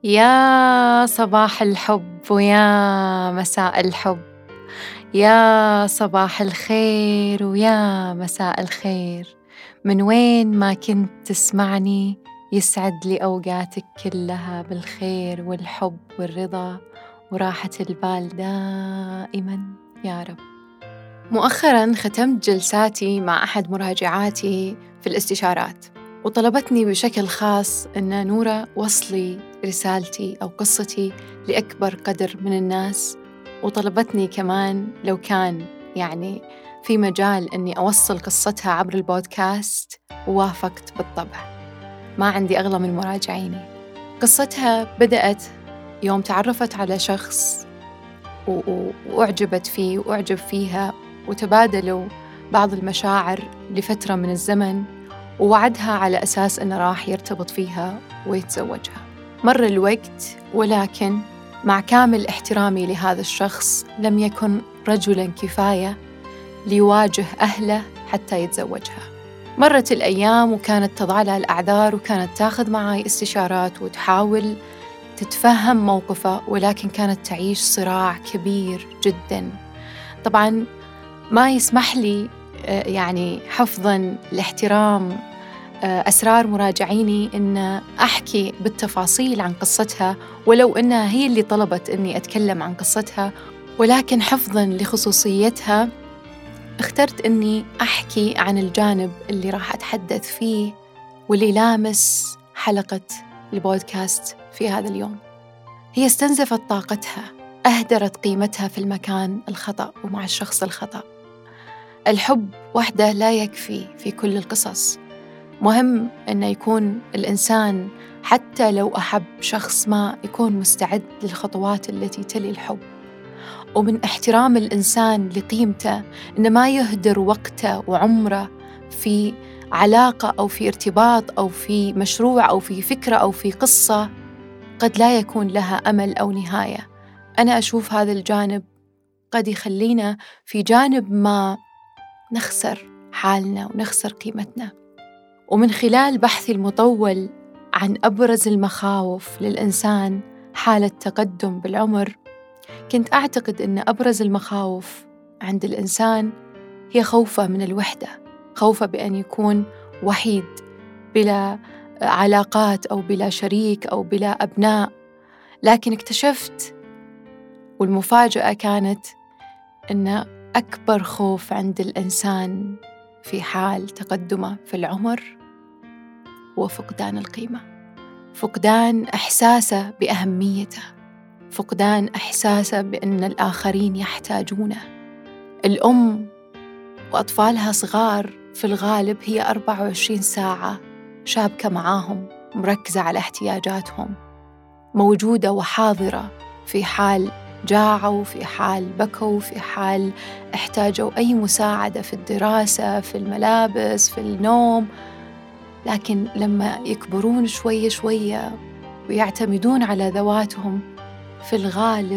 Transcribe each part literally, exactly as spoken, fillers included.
يا صباح الحب ويا مساء الحب، يا صباح الخير ويا مساء الخير. من وين ما كنت تسمعني يسعد لي أوقاتك كلها بالخير والحب والرضا وراحة البال دائما يا رب. مؤخرا ختمت جلساتي مع أحد مراجعاتي في الاستشارات، وطلبتني بشكل خاص أن نورة وصلي رسالتي أو قصتي لأكبر قدر من الناس، وطلبتني كمان لو كان يعني في مجال أني أوصل قصتها عبر البودكاست، ووافقت بالطبع. ما عندي أغلى من مراجعيني. قصتها بدأت يوم تعرفت على شخص وأعجبت فيه وأعجب فيها، وتبادلوا بعض المشاعر لفترة من الزمن، ووعدها على أساس أنه راح يرتبط فيها ويتزوجها. مر الوقت، ولكن مع كامل احترامي لهذا الشخص لم يكن رجلاً كفاية ليواجه أهله حتى يتزوجها. مرت الأيام وكانت تضع لها الأعذار، وكانت تاخذ معي استشارات وتحاول تتفهم موقفه، ولكن كانت تعيش صراع كبير جداً. طبعاً ما يسمح لي يعني حفظاً لاحترام أسرار مراجعيني إن أحكي بالتفاصيل عن قصتها، ولو إنها هي اللي طلبت إني أتكلم عن قصتها، ولكن حفظاً لخصوصيتها اخترت إني أحكي عن الجانب اللي راح أتحدث فيه واللي لامس حلقة البودكاست في هذا اليوم. هي استنزفت طاقتها، أهدرت قيمتها في المكان الخطأ ومع الشخص الخطأ. الحب وحده لا يكفي في كل القصص، مهم أن يكون الإنسان حتى لو أحب شخص ما يكون مستعد للخطوات التي تلي الحب. ومن احترام الإنسان لقيمته إن ما يهدر وقته وعمره في علاقة أو في ارتباط أو في مشروع أو في فكرة أو في قصة قد لا يكون لها أمل أو نهاية. أنا أشوف هذا الجانب قد يخلينا في جانب ما نخسر حالنا ونخسر قيمتنا. ومن خلال بحثي المطول عن أبرز المخاوف للإنسان حال التقدم بالعمر، كنت أعتقد أن أبرز المخاوف عند الإنسان هي خوفه من الوحدة، خوفه بأن يكون وحيد بلا علاقات أو بلا شريك أو بلا أبناء. لكن اكتشفت، والمفاجأة كانت، أن أكبر خوف عند الإنسان في حال تقدمه في العمر هو فقدان القيمة، فقدان إحساسه بأهميته، فقدان إحساسه بأن الآخرين يحتاجونه. الأم وأطفالها صغار في الغالب هي أربعة وعشرين ساعة شابكة معاهم، مركزة على احتياجاتهم، موجودة وحاضرة في حال جاعوا، في حال بكوا، في حال احتاجوا أي مساعدة في الدراسة، في الملابس، في النوم. لكن لما يكبرون شوية شوية ويعتمدون على ذواتهم، في الغالب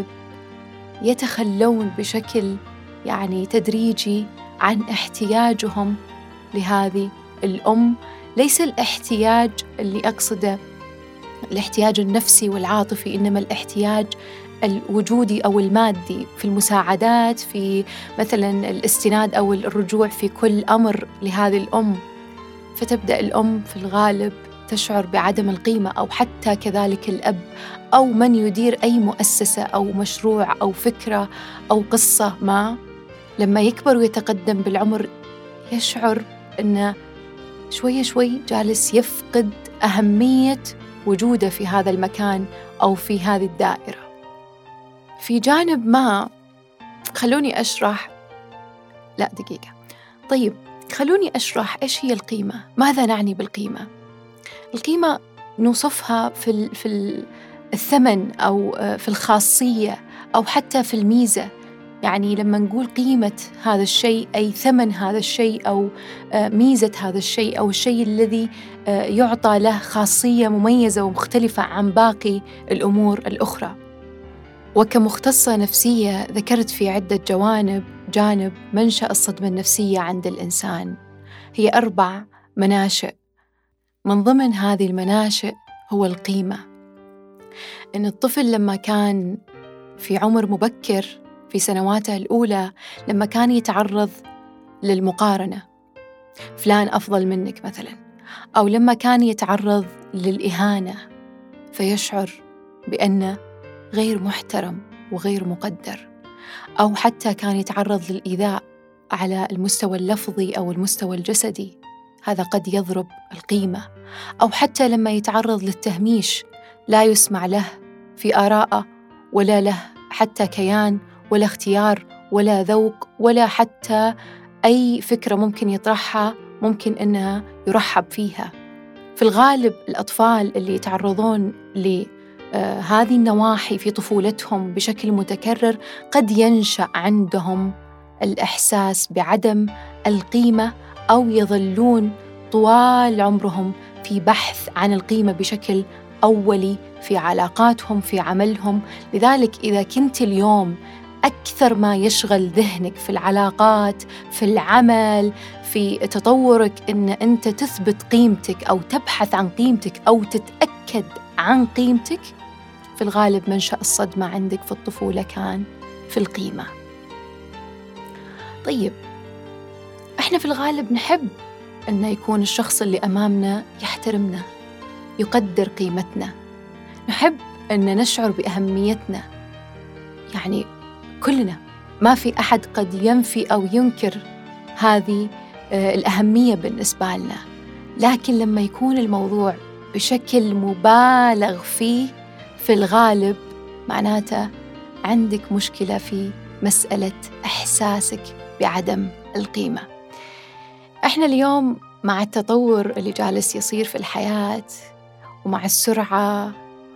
يتخلون بشكل يعني تدريجي عن احتياجهم لهذه الأم. ليس الاحتياج اللي أقصده الاحتياج النفسي والعاطفي، إنما الاحتياج الوجودي أو المادي في المساعدات، في مثلا الاستناد أو الرجوع في كل أمر لهذه الأم. فتبدأ الأم في الغالب تشعر بعدم القيمة، أو حتى كذلك الأب أو من يدير أي مؤسسة أو مشروع أو فكرة أو قصة ما. لما يكبر ويتقدم بالعمر يشعر أنه شوي شوي جالس يفقد أهمية وجوده في هذا المكان أو في هذه الدائرة. في جانب ما خلوني أشرح لا دقيقة طيب خلوني أشرح إيش هي القيمة. ماذا نعني بالقيمة؟ القيمة نوصفها في في الثمن أو في الخاصية أو حتى في الميزة. يعني لما نقول قيمة هذا الشيء أي ثمن هذا الشيء أو ميزة هذا الشيء أو الشيء الذي يعطى له خاصية مميزة ومختلفة عن باقي الأمور الأخرى. وكمختصة نفسية ذكرت في عدة جوانب جانب منشأ الصدمة النفسية عند الإنسان. هي أربع مناشئ، من ضمن هذه المناشئ هو القيمة. إن الطفل لما كان في عمر مبكر في سنواته الأولى، لما كان يتعرض للمقارنة، فلان أفضل منك مثلاً، أو لما كان يتعرض للإهانة فيشعر بأنه غير محترم وغير مقدر، أو حتى كان يتعرض للإيذاء على المستوى اللفظي أو المستوى الجسدي، هذا قد يضرب القيمة. أو حتى لما يتعرض للتهميش، لا يسمع له في آراءه، ولا له حتى كيان ولا اختيار ولا ذوق ولا حتى أي فكرة ممكن يطرحها ممكن أنها يرحب فيها. في الغالب الأطفال اللي يتعرضون لهذه النواحي في طفولتهم بشكل متكرر قد ينشأ عندهم الإحساس بعدم القيمة، أو يظلون طوال عمرهم في بحث عن القيمة بشكل أولي في علاقاتهم، في عملهم. لذلك إذا كنت اليوم أكثر ما يشغل ذهنك في العلاقات، في العمل، في تطورك، إن أنت تثبت قيمتك أو تبحث عن قيمتك أو تتأكد عن قيمتك، في الغالب منشأ الصدمة عندك في الطفولة كان في القيمة. طيب، إحنا في الغالب نحب أن يكون الشخص اللي أمامنا يحترمنا، يقدر قيمتنا، نحب أن نشعر بأهميتنا. يعني كلنا، ما في أحد قد ينفي أو ينكر هذه الأهمية بالنسبة لنا، لكن لما يكون الموضوع بشكل مبالغ فيه، في الغالب معناته عندك مشكلة في مسألة إحساسك بعدم القيمة. إحنا اليوم مع التطور اللي جالس يصير في الحياة، ومع السرعة،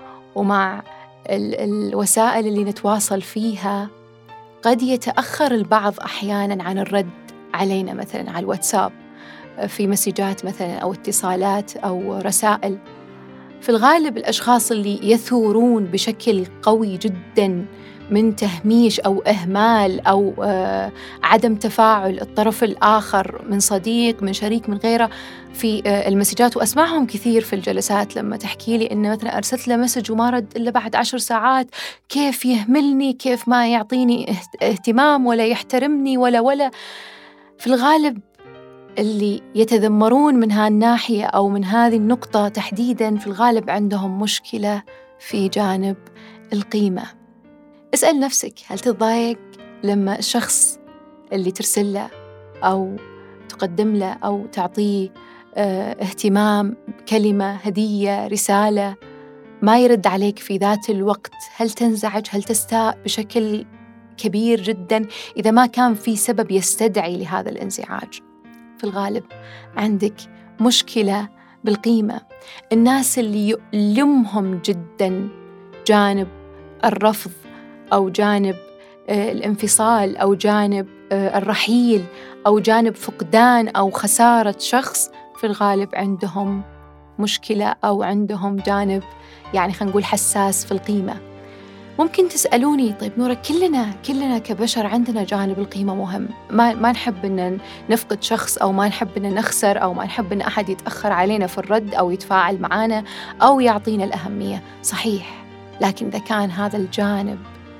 ومع ال- الوسائل اللي نتواصل فيها، قد يتأخر البعض أحياناً عن الرد علينا، مثلاً على الواتساب في مسجات مثلاً أو اتصالات أو رسائل. في الغالب الأشخاص اللي يثورون بشكل قوي جداً من تهميش أو إهمال أو آه عدم تفاعل الطرف الآخر، من صديق، من شريك، من غيره، في آه المسجات. وأسمعهم كثير في الجلسات لما تحكي لي إن مثلا أرسلت له مسج وما رد إلا بعد عشر ساعات، كيف يهملني، كيف ما يعطيني اهتمام ولا يحترمني ولا ولا. في الغالب اللي يتذمرون من هالناحية أو من هذه النقطة تحديداً، في الغالب عندهم مشكلة في جانب القيمة. اسأل نفسك، هل تتضايق لما الشخص اللي ترسل له أو تقدم له أو تعطيه اه اهتمام، كلمة، هدية، رسالة، ما يرد عليك في ذات الوقت؟ هل تنزعج؟ هل تستاء بشكل كبير جداً إذا ما كان في سبب يستدعي لهذا الانزعاج؟ في الغالب عندك مشكلة بالقيمة. الناس اللي يؤلمهم جداً جانب الرفض أو جانب آه الانفصال أو جانب آه الرحيل أو جانب فقدان أو خسارة شخص، في الغالب عندهم مشكلة أو عندهم جانب، يعني خلينا نقول حساس في القيمة. ممكن تسألوني، طيب نورة، كلنا كلنا كبشر عندنا جانب القيمة مهم، ما ما نحب إن نفقد شخص، أو ما نحب إن نخسر، أو ما نحب إن أحد يتأخر علينا في الرد أو يتفاعل معنا أو يعطينا الأهمية، صحيح. لكن إذا كان هذا الجانب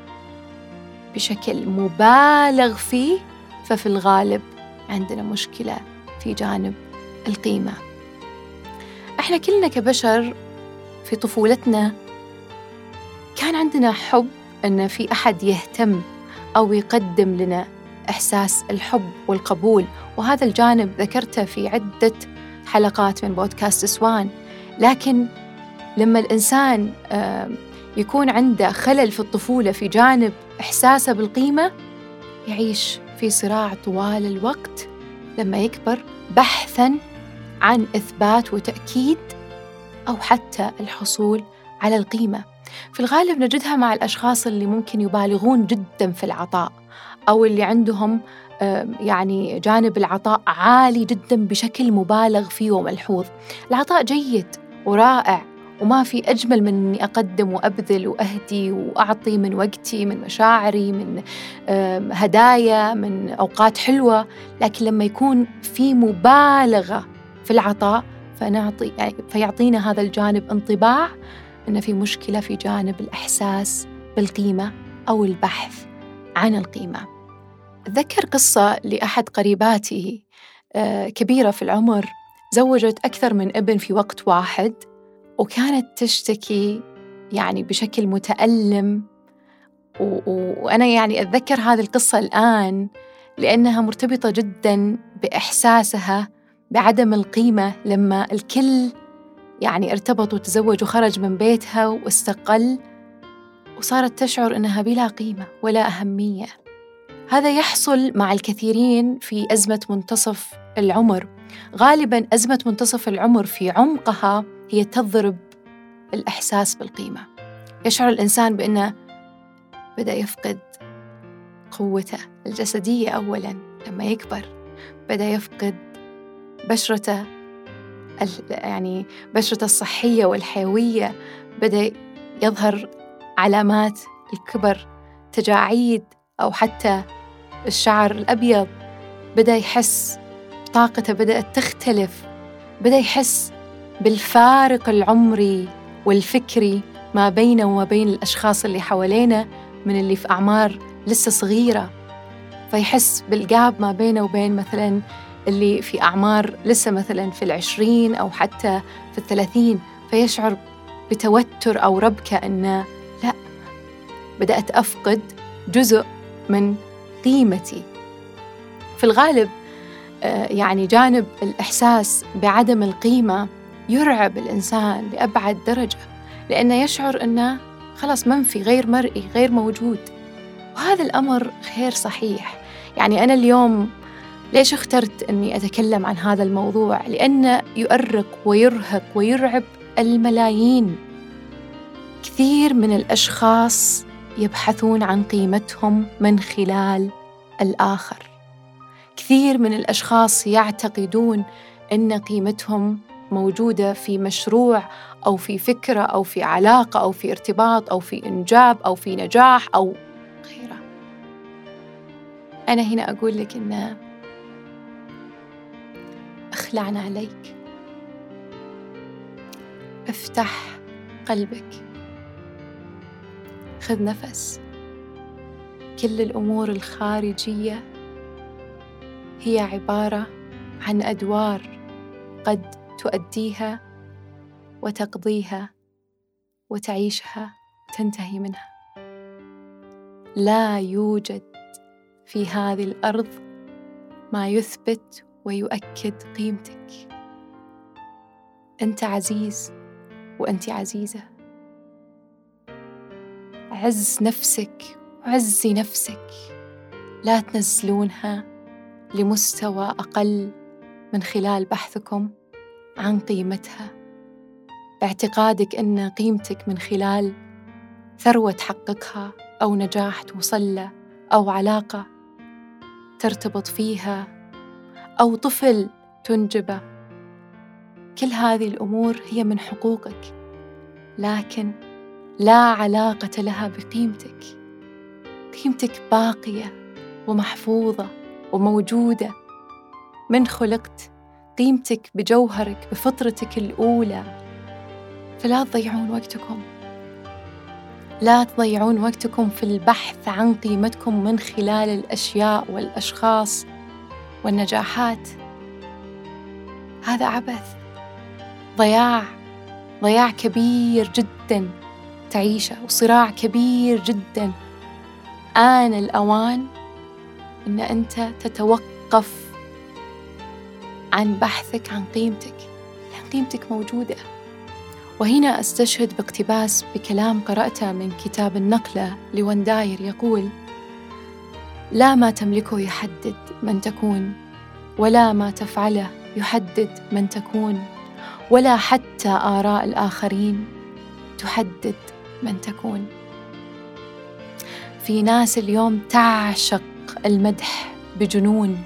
بشكل مبالغ فيه، ففي الغالب عندنا مشكلة في جانب القيمة. إحنا كلنا كبشر في طفولتنا كان عندنا حب أن في أحد يهتم أو يقدم لنا إحساس الحب والقبول، وهذا الجانب ذكرته في عدة حلقات من بودكاست سوان. لكن لما الإنسان يكون عنده خلل في الطفولة في جانب إحساسه بالقيمة، يعيش في صراع طوال الوقت لما يكبر، بحثاً عن إثبات وتأكيد أو حتى الحصول على القيمة. في الغالب نجدها مع الأشخاص اللي ممكن يبالغون جداً في العطاء، أو اللي عندهم يعني جانب العطاء عالي جداً بشكل مبالغ فيه وملحوظ. العطاء جيد ورائع، وما في أجمل من أني أقدم وأبذل وأهدي وأعطي من وقتي، من مشاعري، من هدايا، من أوقات حلوة. لكن لما يكون في مبالغة في العطاء، فنعطي يعني فيعطينا هذا الجانب انطباع أن في مشكلة في جانب الإحساس بالقيمة أو البحث عن القيمة. أتذكر قصة لأحد قريباتي كبيرة في العمر، زوجت أكثر من ابن في وقت واحد، وكانت تشتكي يعني بشكل متألم، و... وأنا يعني أتذكر هذه القصة الآن لأنها مرتبطة جداً بإحساسها بعدم القيمة لما الكل يعني ارتبط وتزوج وخرج من بيتها واستقل، وصارت تشعر أنها بلا قيمة ولا أهمية. هذا يحصل مع الكثيرين في أزمة منتصف العمر. غالباً أزمة منتصف العمر في عمقها هي تضرب الإحساس بالقيمة. يشعر الإنسان بأنه بدأ يفقد قوته الجسدية أولاً لما يكبر، بدأ يفقد بشرته يعني بشرته الصحية والحيوية، بدأ يظهر علامات الكبر، تجاعيد أو حتى الشعر الأبيض، بدأ يحس طاقته بدأت تختلف، بدأ يحس بالفارق العمري والفكري ما بينه وما بين الأشخاص اللي حوالينا من اللي في أعمار لسه صغيرة، فيحس بالجاب ما بينه وبين مثلاً اللي في أعمار لسه مثلاً في العشرين أو حتى في الثلاثين، فيشعر بتوتر أو ربكة أنه لا، بدأت أفقد جزء من قيمتي. في الغالب يعني جانب الإحساس بعدم القيمة يرعب الإنسان لأبعد درجة، لأنه يشعر أنه خلاص منفي، غير مرئي، غير موجود، وهذا الأمر غير صحيح. يعني أنا اليوم ليش اخترت أني أتكلم عن هذا الموضوع؟ لأنه يؤرق ويرهق ويرعب الملايين. كثير من الأشخاص يبحثون عن قيمتهم من خلال الآخر. كثير من الأشخاص يعتقدون أن قيمتهم موجودة في مشروع أو في فكرة أو في علاقة أو في ارتباط أو في إنجاب أو في نجاح أو غيره. أنا هنا أقول لك إن اخلعنا عليك، افتح قلبك، خذ نفس. كل الأمور الخارجية هي عبارة عن أدوار قد تؤديها وتقضيها وتعيشها، تنتهي منها. لا يوجد في هذه الأرض ما يثبت ويؤكد قيمتك. أنت عزيز وأنت عزيزة. عز نفسك وعزي نفسك، لا تنزلونها لمستوى أقل من خلال بحثكم عن قيمتها، باعتقادك أن قيمتك من خلال ثروة تحققها أو نجاح توصل له أو علاقة ترتبط فيها أو طفل تنجبه. كل هذه الأمور هي من حقوقك، لكن لا علاقة لها بقيمتك. قيمتك باقية ومحفوظة وموجودة من خلقت، قيمتك بجوهرك بفطرتك الأولى. فلا تضيعون وقتكم، لا تضيعون وقتكم في البحث عن قيمتكم من خلال الأشياء والأشخاص والنجاحات. هذا عبث، ضياع ضياع كبير جداً تعيشه، وصراع كبير جداً. آن الأوان أن أنت تتوقف عن بحثك عن قيمتك، لأن قيمتك موجودة. وهنا أستشهد باقتباس بكلام قرأته من كتاب النقلة لوين داير، يقول: لا ما تملكه يحدد من تكون، ولا ما تفعله يحدد من تكون، ولا حتى آراء الآخرين تحدد من تكون. في ناس اليوم تعشق المدح بجنون،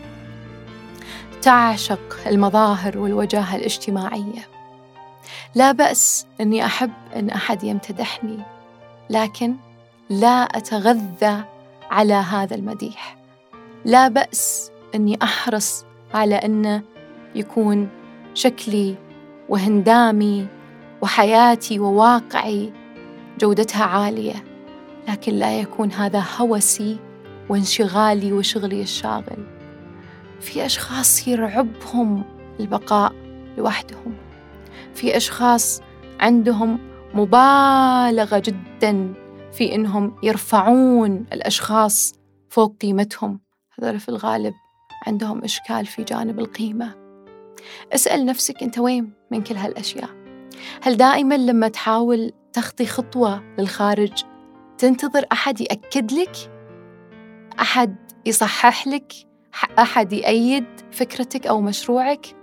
تعشق المظاهر والوجاهة الاجتماعية. لا بأس أني أحب أن أحد يمتدحني، لكن لا أتغذى على هذا المديح. لا بأس أني أحرص على أن يكون شكلي وهندامي وحياتي وواقعي جودتها عالية، لكن لا يكون هذا هوسي وانشغالي وشغلي الشاغل. في أشخاص يرعبهم البقاء لوحدهم، في أشخاص عندهم مبالغة جداً في إنهم يرفعون الأشخاص فوق قيمتهم. هذول في الغالب عندهم إشكال في جانب القيمة. اسأل نفسك أنت وين من كل هالأشياء؟ هل دائماً لما تحاول تخطي خطوة للخارج تنتظر أحد يأكد لك؟ أحد يصحح لك؟ أحد يأيد فكرتك أو مشروعك؟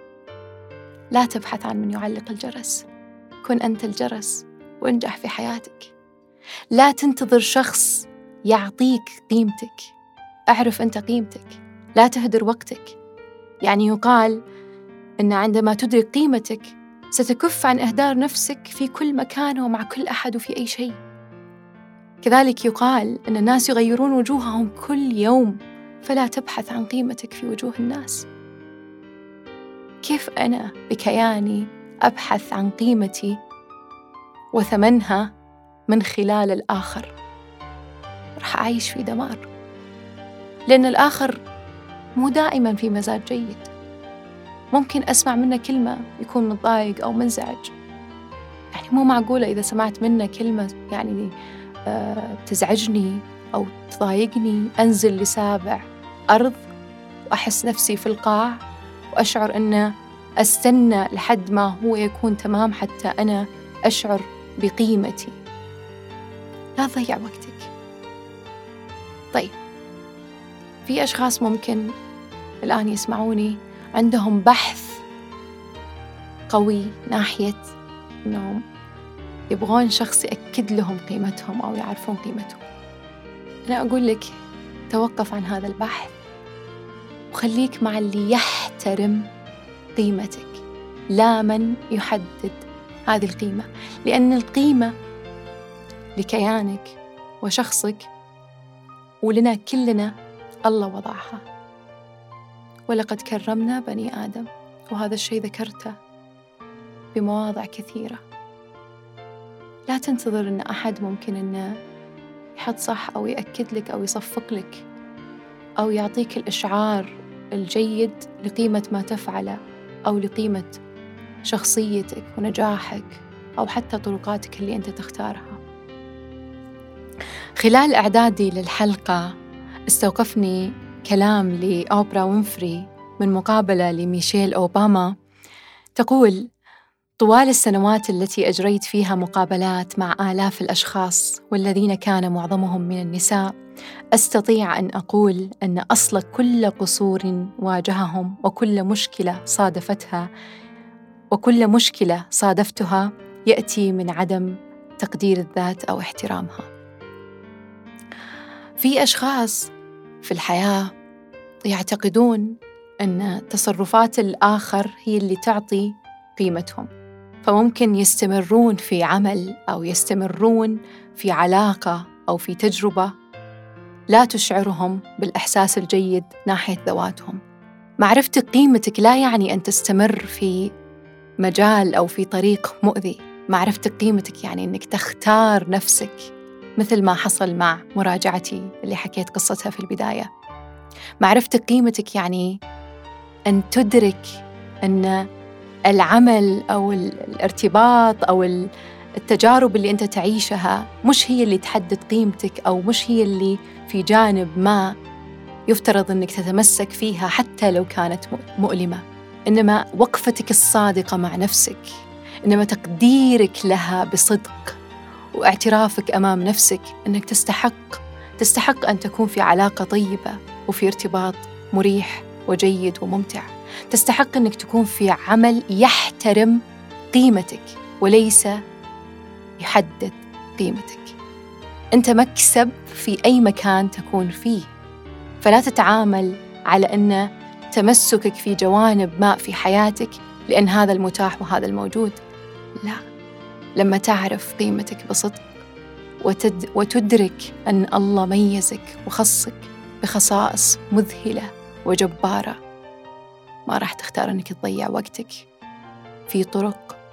لا تبحث عن من يعلق الجرس، كن أنت الجرس وانجح في حياتك. لا تنتظر شخص يعطيك قيمتك، أعرف أنت قيمتك، لا تهدر وقتك. يعني يقال أن عندما تدرك قيمتك ستكف عن إهدار نفسك في كل مكان ومع كل أحد وفي أي شيء. كذلك يقال أن الناس يغيرون وجوههم كل يوم، فلا تبحث عن قيمتك في وجوه الناس. كيف أنا بكياني أبحث عن قيمتي وثمنها من خلال الآخر؟ رح أعيش في دمار، لأن الآخر مو دائما في مزاج جيد. ممكن أسمع منه كلمة يكون متضايق أو منزعج. يعني مو معقولة إذا سمعت منه كلمة يعني أه تزعجني أو تضايقني أنزل لسابع أرض وأحس نفسي في القاع وأشعر أنه أستنى لحد ما هو يكون تمام حتى أنا أشعر بقيمتي. لا تضيع وقتك. طيب، في أشخاص ممكن الآن يسمعوني عندهم بحث قوي ناحية أنهم يبغون شخص يأكد لهم قيمتهم أو يعرفون قيمتهم. أنا أقول لك توقف عن هذا البحث وخليك مع اللي يحترم قيمتك، لا من يحدد هذه القيمة، لأن القيمة لكيانك وشخصك ولنا كلنا الله وضعها. ولقد كرمنا بني آدم، وهذا الشيء ذكرته بمواضع كثيرة. لا تنتظر أن أحد ممكن أنه يحط صح أو يأكد لك أو يصفق لك أو يعطيك الإشعار الجيد لقيمة ما تفعله أو لقيمة شخصيتك ونجاحك أو حتى طرقاتك اللي أنت تختارها. خلال إعدادي للحلقة استوقفني كلام لأوبرا وينفري من مقابلة لميشيل أوباما، تقول: طوال السنوات التي أجريت فيها مقابلات مع آلاف الأشخاص والذين كان معظمهم من النساء، أستطيع أن أقول أن أصل كل قصور واجههم وكل مشكلة صادفتها وكل مشكلة صادفتها يأتي من عدم تقدير الذات أو احترامها. في أشخاص في الحياة يعتقدون أن تصرفات الآخر هي اللي تعطي قيمتهم، فممكن يستمرون في عمل أو يستمرون في علاقة أو في تجربة لا تشعرهم بالإحساس الجيد ناحية ذواتهم. معرفة قيمتك لا يعني أن تستمر في مجال أو في طريق مؤذي. معرفة قيمتك يعني أنك تختار نفسك، مثل ما حصل مع مراجعتي اللي حكيت قصتها في البداية. معرفة قيمتك يعني أن تدرك أن العمل أو الارتباط أو التجارب اللي أنت تعيشها مش هي اللي تحدد قيمتك، أو مش هي اللي في جانب ما يفترض أنك تتمسك فيها حتى لو كانت مؤلمة. إنما وقفتك الصادقة مع نفسك، إنما تقديرك لها بصدق واعترافك أمام نفسك أنك تستحق تستحق أن تكون في علاقة طيبة وفي ارتباط مريح وجيد وممتع. تستحق أنك تكون في عمل يحترم قيمتك وليس يحدد قيمتك. أنت مكسب في أي مكان تكون فيه، فلا تتعامل على أن تمسكك في جوانب ما في حياتك لأن هذا المتاح وهذا الموجود. لا، لما تعرف قيمتك بصدق وتد وتدرك أن الله ميزك وخصك بخصائص مذهلة وجبارة، ما راح تختار أنك تضيع وقتك في طرق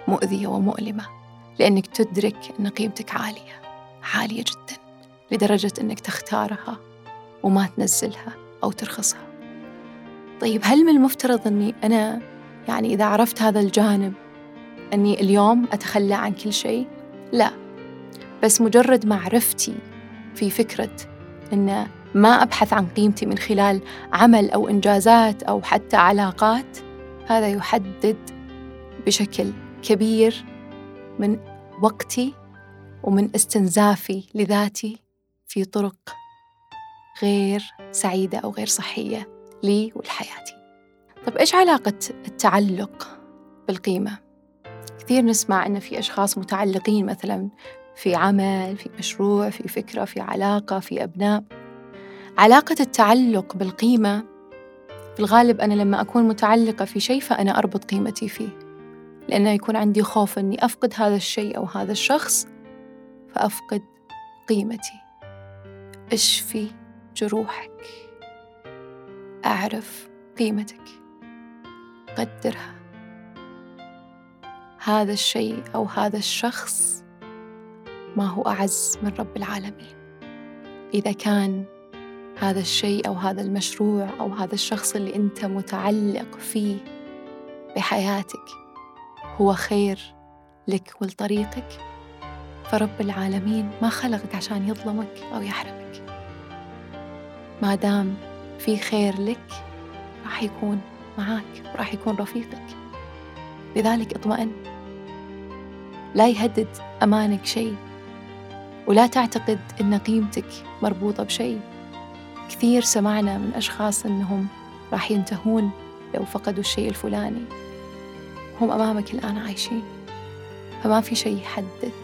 مؤذية ومؤلمة، لأنك تدرك أن قيمتك عالية عالية جدا لدرجة أنك تختارها وما تنزلها أو ترخصها. طيب هل من المفترض أني أنا يعني إذا عرفت هذا الجانب أني اليوم أتخلى عن كل شيء؟ لا، بس مجرد معرفتي في فكرة أن ما أبحث عن قيمتي من خلال عمل أو إنجازات أو حتى علاقات، هذا يحدد بشكل كبير من وقتي ومن استنزافي لذاتي في طرق غير سعيدة أو غير صحية لي ولحياتي. طب إيش علاقة التعلق بالقيمة؟ كثير نسمع أن في أشخاص متعلقين مثلاً في عمل، في مشروع، في فكرة، في علاقة، في أبناء. علاقة التعلق بالقيمة في الغالب أنا لما أكون متعلقة في شيء فأنا أربط قيمتي فيه، لأنه يكون عندي خوف أني أفقد هذا الشيء أو هذا الشخص فأفقد قيمتي. اشفي جروحك، أعرف قيمتك، قدرها. هذا الشيء أو هذا الشخص ما هو أعز من رب العالمين. إذا كان هذا الشيء أو هذا المشروع أو هذا الشخص اللي أنت متعلق فيه بحياتك هو خير لك ولطريقك، فرب العالمين ما خلقك عشان يظلمك أو يحرمك. ما دام في خير لك راح يكون معاك وراح يكون رفيقك، لذلك اطمئن، لا يهدد أمانك شيء، ولا تعتقد أن قيمتك مربوطة بشيء. كثير سمعنا من أشخاص أنهم راح ينتهون لو فقدوا الشيء الفلاني، هم أمامك الآن عايشين. فما في شيء يحدد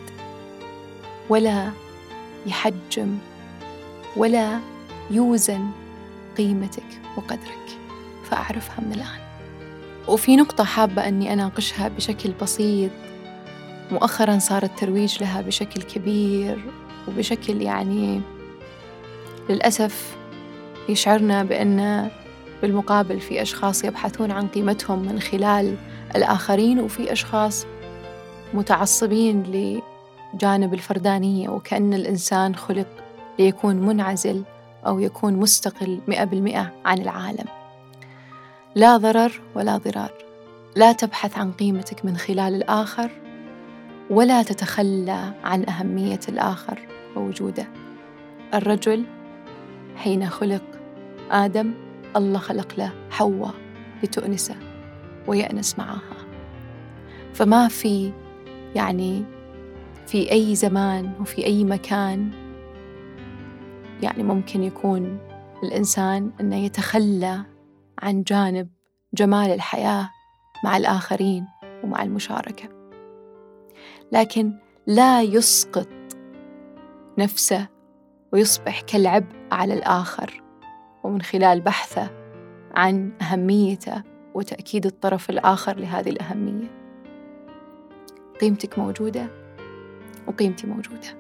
ولا يحجم ولا يوزن قيمتك وقدرك، فأعرفها من الآن. وفي نقطة حابة أني أناقشها بشكل بسيط، مؤخراً صار الترويج لها بشكل كبير وبشكل يعني للأسف يشعرنا بأن بالمقابل في أشخاص يبحثون عن قيمتهم من خلال الآخرين، وفي أشخاص متعصبين لجانب الفردانية وكأن الإنسان خلق ليكون منعزل أو يكون مستقل مئة بالمئة عن العالم. لا ضرر ولا ضرار، لا تبحث عن قيمتك من خلال الآخر ولا تتخلى عن أهمية الآخر ووجوده. الرجل حين خلق آدم الله خلق له حواء لتؤنسه ويأنس معها، فما في يعني في أي زمان وفي أي مكان يعني ممكن يكون الإنسان أنه يتخلى عن جانب جمال الحياة مع الآخرين ومع المشاركة، لكن لا يسقط نفسه ويصبح كالعبء على الآخر، ومن خلال بحثه عن أهميته وتأكيد الطرف الآخر لهذه الأهمية. قيمتك موجودة وقيمتي موجودة.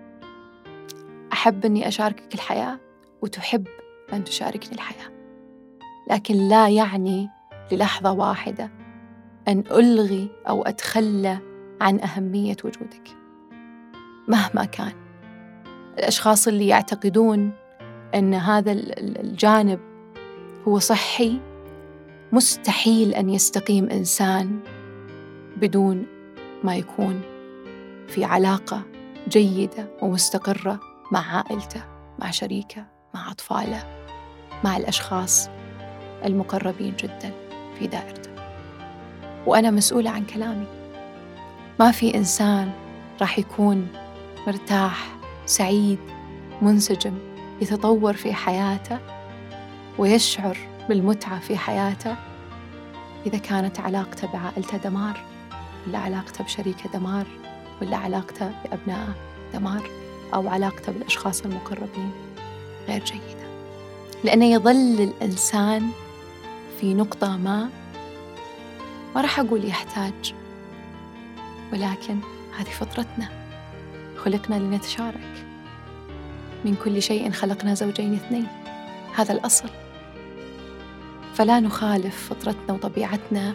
أحب أني أشاركك الحياة وتحب أن تشاركني الحياة، لكن لا يعني للحظة واحدة أن ألغي أو أتخلى عن أهمية وجودك مهما كان. الأشخاص اللي يعتقدون أن هذا الجانب هو صحي، مستحيل أن يستقيم إنسان بدون ما يكون في علاقة جيدة ومستقرة مع عائلته، مع شريكه، مع أطفاله، مع الأشخاص المقربين جدا في دائرته. وأنا مسؤولة عن كلامي. ما في إنسان راح يكون مرتاح سعيد منسجم يتطور في حياته ويشعر بالمتعة في حياته إذا كانت علاقته بعائلته دمار، ولا علاقته بشريكه دمار، ولا علاقته بأبنائه دمار، أو علاقته بالأشخاص المقربين غير جيدة. لأنه يظل الإنسان في نقطة ما، ما راح أقول يحتاج، ولكن هذه فطرتنا، خلقنا لنتشارك. من كل شيء خلقنا زوجين اثنين، هذا الأصل. فلا نخالف فطرتنا وطبيعتنا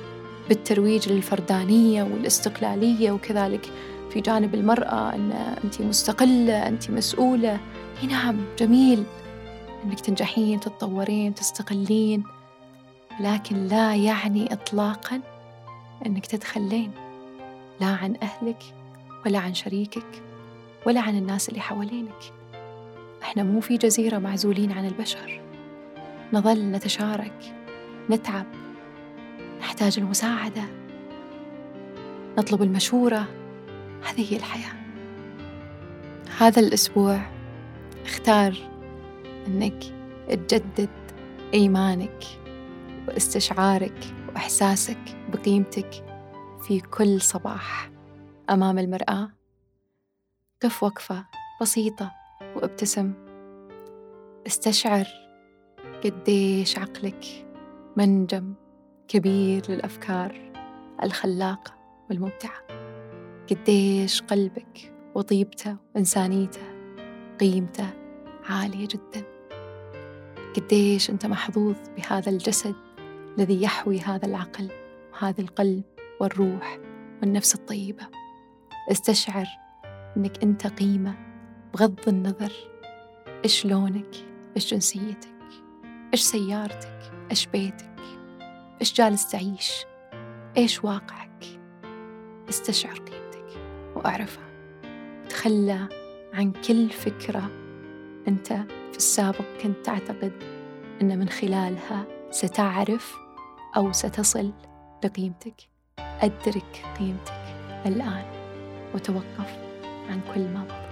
بالترويج للفردانية والاستقلالية، وكذلك في جانب المرأة أن أنت مستقلة، أنت مسؤولة. نعم، جميل أنك تنجحين، تتطورين، تستقلين، لكن لا يعني إطلاقاً أنك تتخلين لا عن أهلك ولا عن شريكك ولا عن الناس اللي حوالينك. إحنا مو في جزيرة معزولين عن البشر، نظل نتشارك، نتعب، نحتاج المساعدة، نطلب المشورة. هذه هي الحياة. هذا الأسبوع اختار أنك تجدد إيمانك واستشعارك وإحساسك بقيمتك في كل صباح أمام المرآة. قف وقفة بسيطة وابتسم. استشعر قديش عقلك منجم كبير للأفكار الخلاقة والمبدعة، قديش قلبك وطيبته وإنسانيته قيمته عالية جدا، قديش أنت محظوظ بهذا الجسد الذي يحوي هذا العقل وهذا القلب والروح والنفس الطيبة. استشعر أنك أنت قيمة بغض النظر إيش لونك، إيش جنسيتك، إيش سيارتك، إيش بيتك، إيش جالس تعيش، إيش واقعك. استشعر قيمتك وأعرفها. تخلى عن كل فكرة أنت في السابق كنت تعتقد أن من خلالها ستعرف أو ستصل لقيمتك. أدرك قيمتك الآن وتوقف عن كل ما مضى.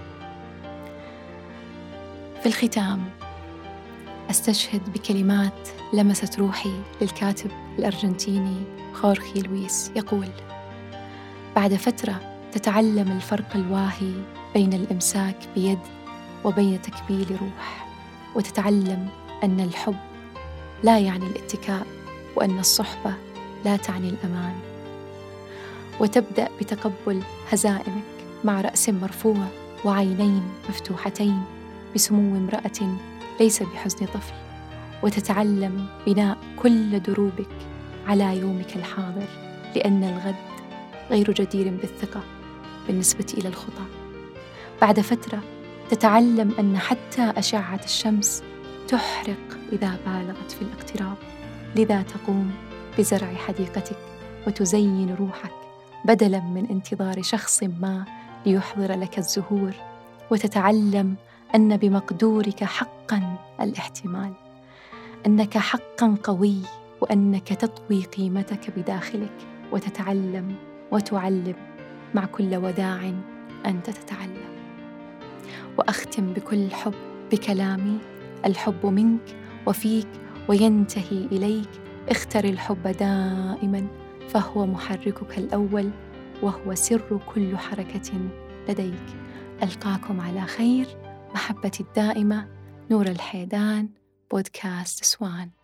في الختام أستشهد بكلمات لمست روحي للكاتب الأرجنتيني خورخي لويس، يقول: بعد فترة تتعلم الفرق الواهي بين الإمساك بيد وبين تكبيل روح، وتتعلم أن الحب لا يعني الاتكاء، وأن الصحبة لا تعني الأمان، وتبدأ بتقبل هزائمك مع رأس مرفوع وعينين مفتوحتين بسمو امرأة ليس بحزن طفل، وتتعلم بناء كل دروبك على يومك الحاضر، لأن الغد غير جدير بالثقة بالنسبة إلى الخطى. بعد فترة تتعلم أن حتى أشعة الشمس تحرق إذا بالغت في الاقتراب، لذا تقوم بزرع حديقتك وتزين روحك بدلاً من انتظار شخص ما ليحضر لك الزهور، وتتعلم أن بمقدورك حقاً الاحتمال، أنك حقاً قوي، وأنك تطوي قيمتك بداخلك، وتتعلم وتعلم مع كل وداع أنت تتعلم. وأختم بكل حب بكلامي: الحب منك وفيك وينتهي إليك. اختر الحب دائما، فهو محركك الأول وهو سر كل حركة لديك. ألقاكم على خير. محبتي الدائمة، نور الحيدان، بودكاست سوان.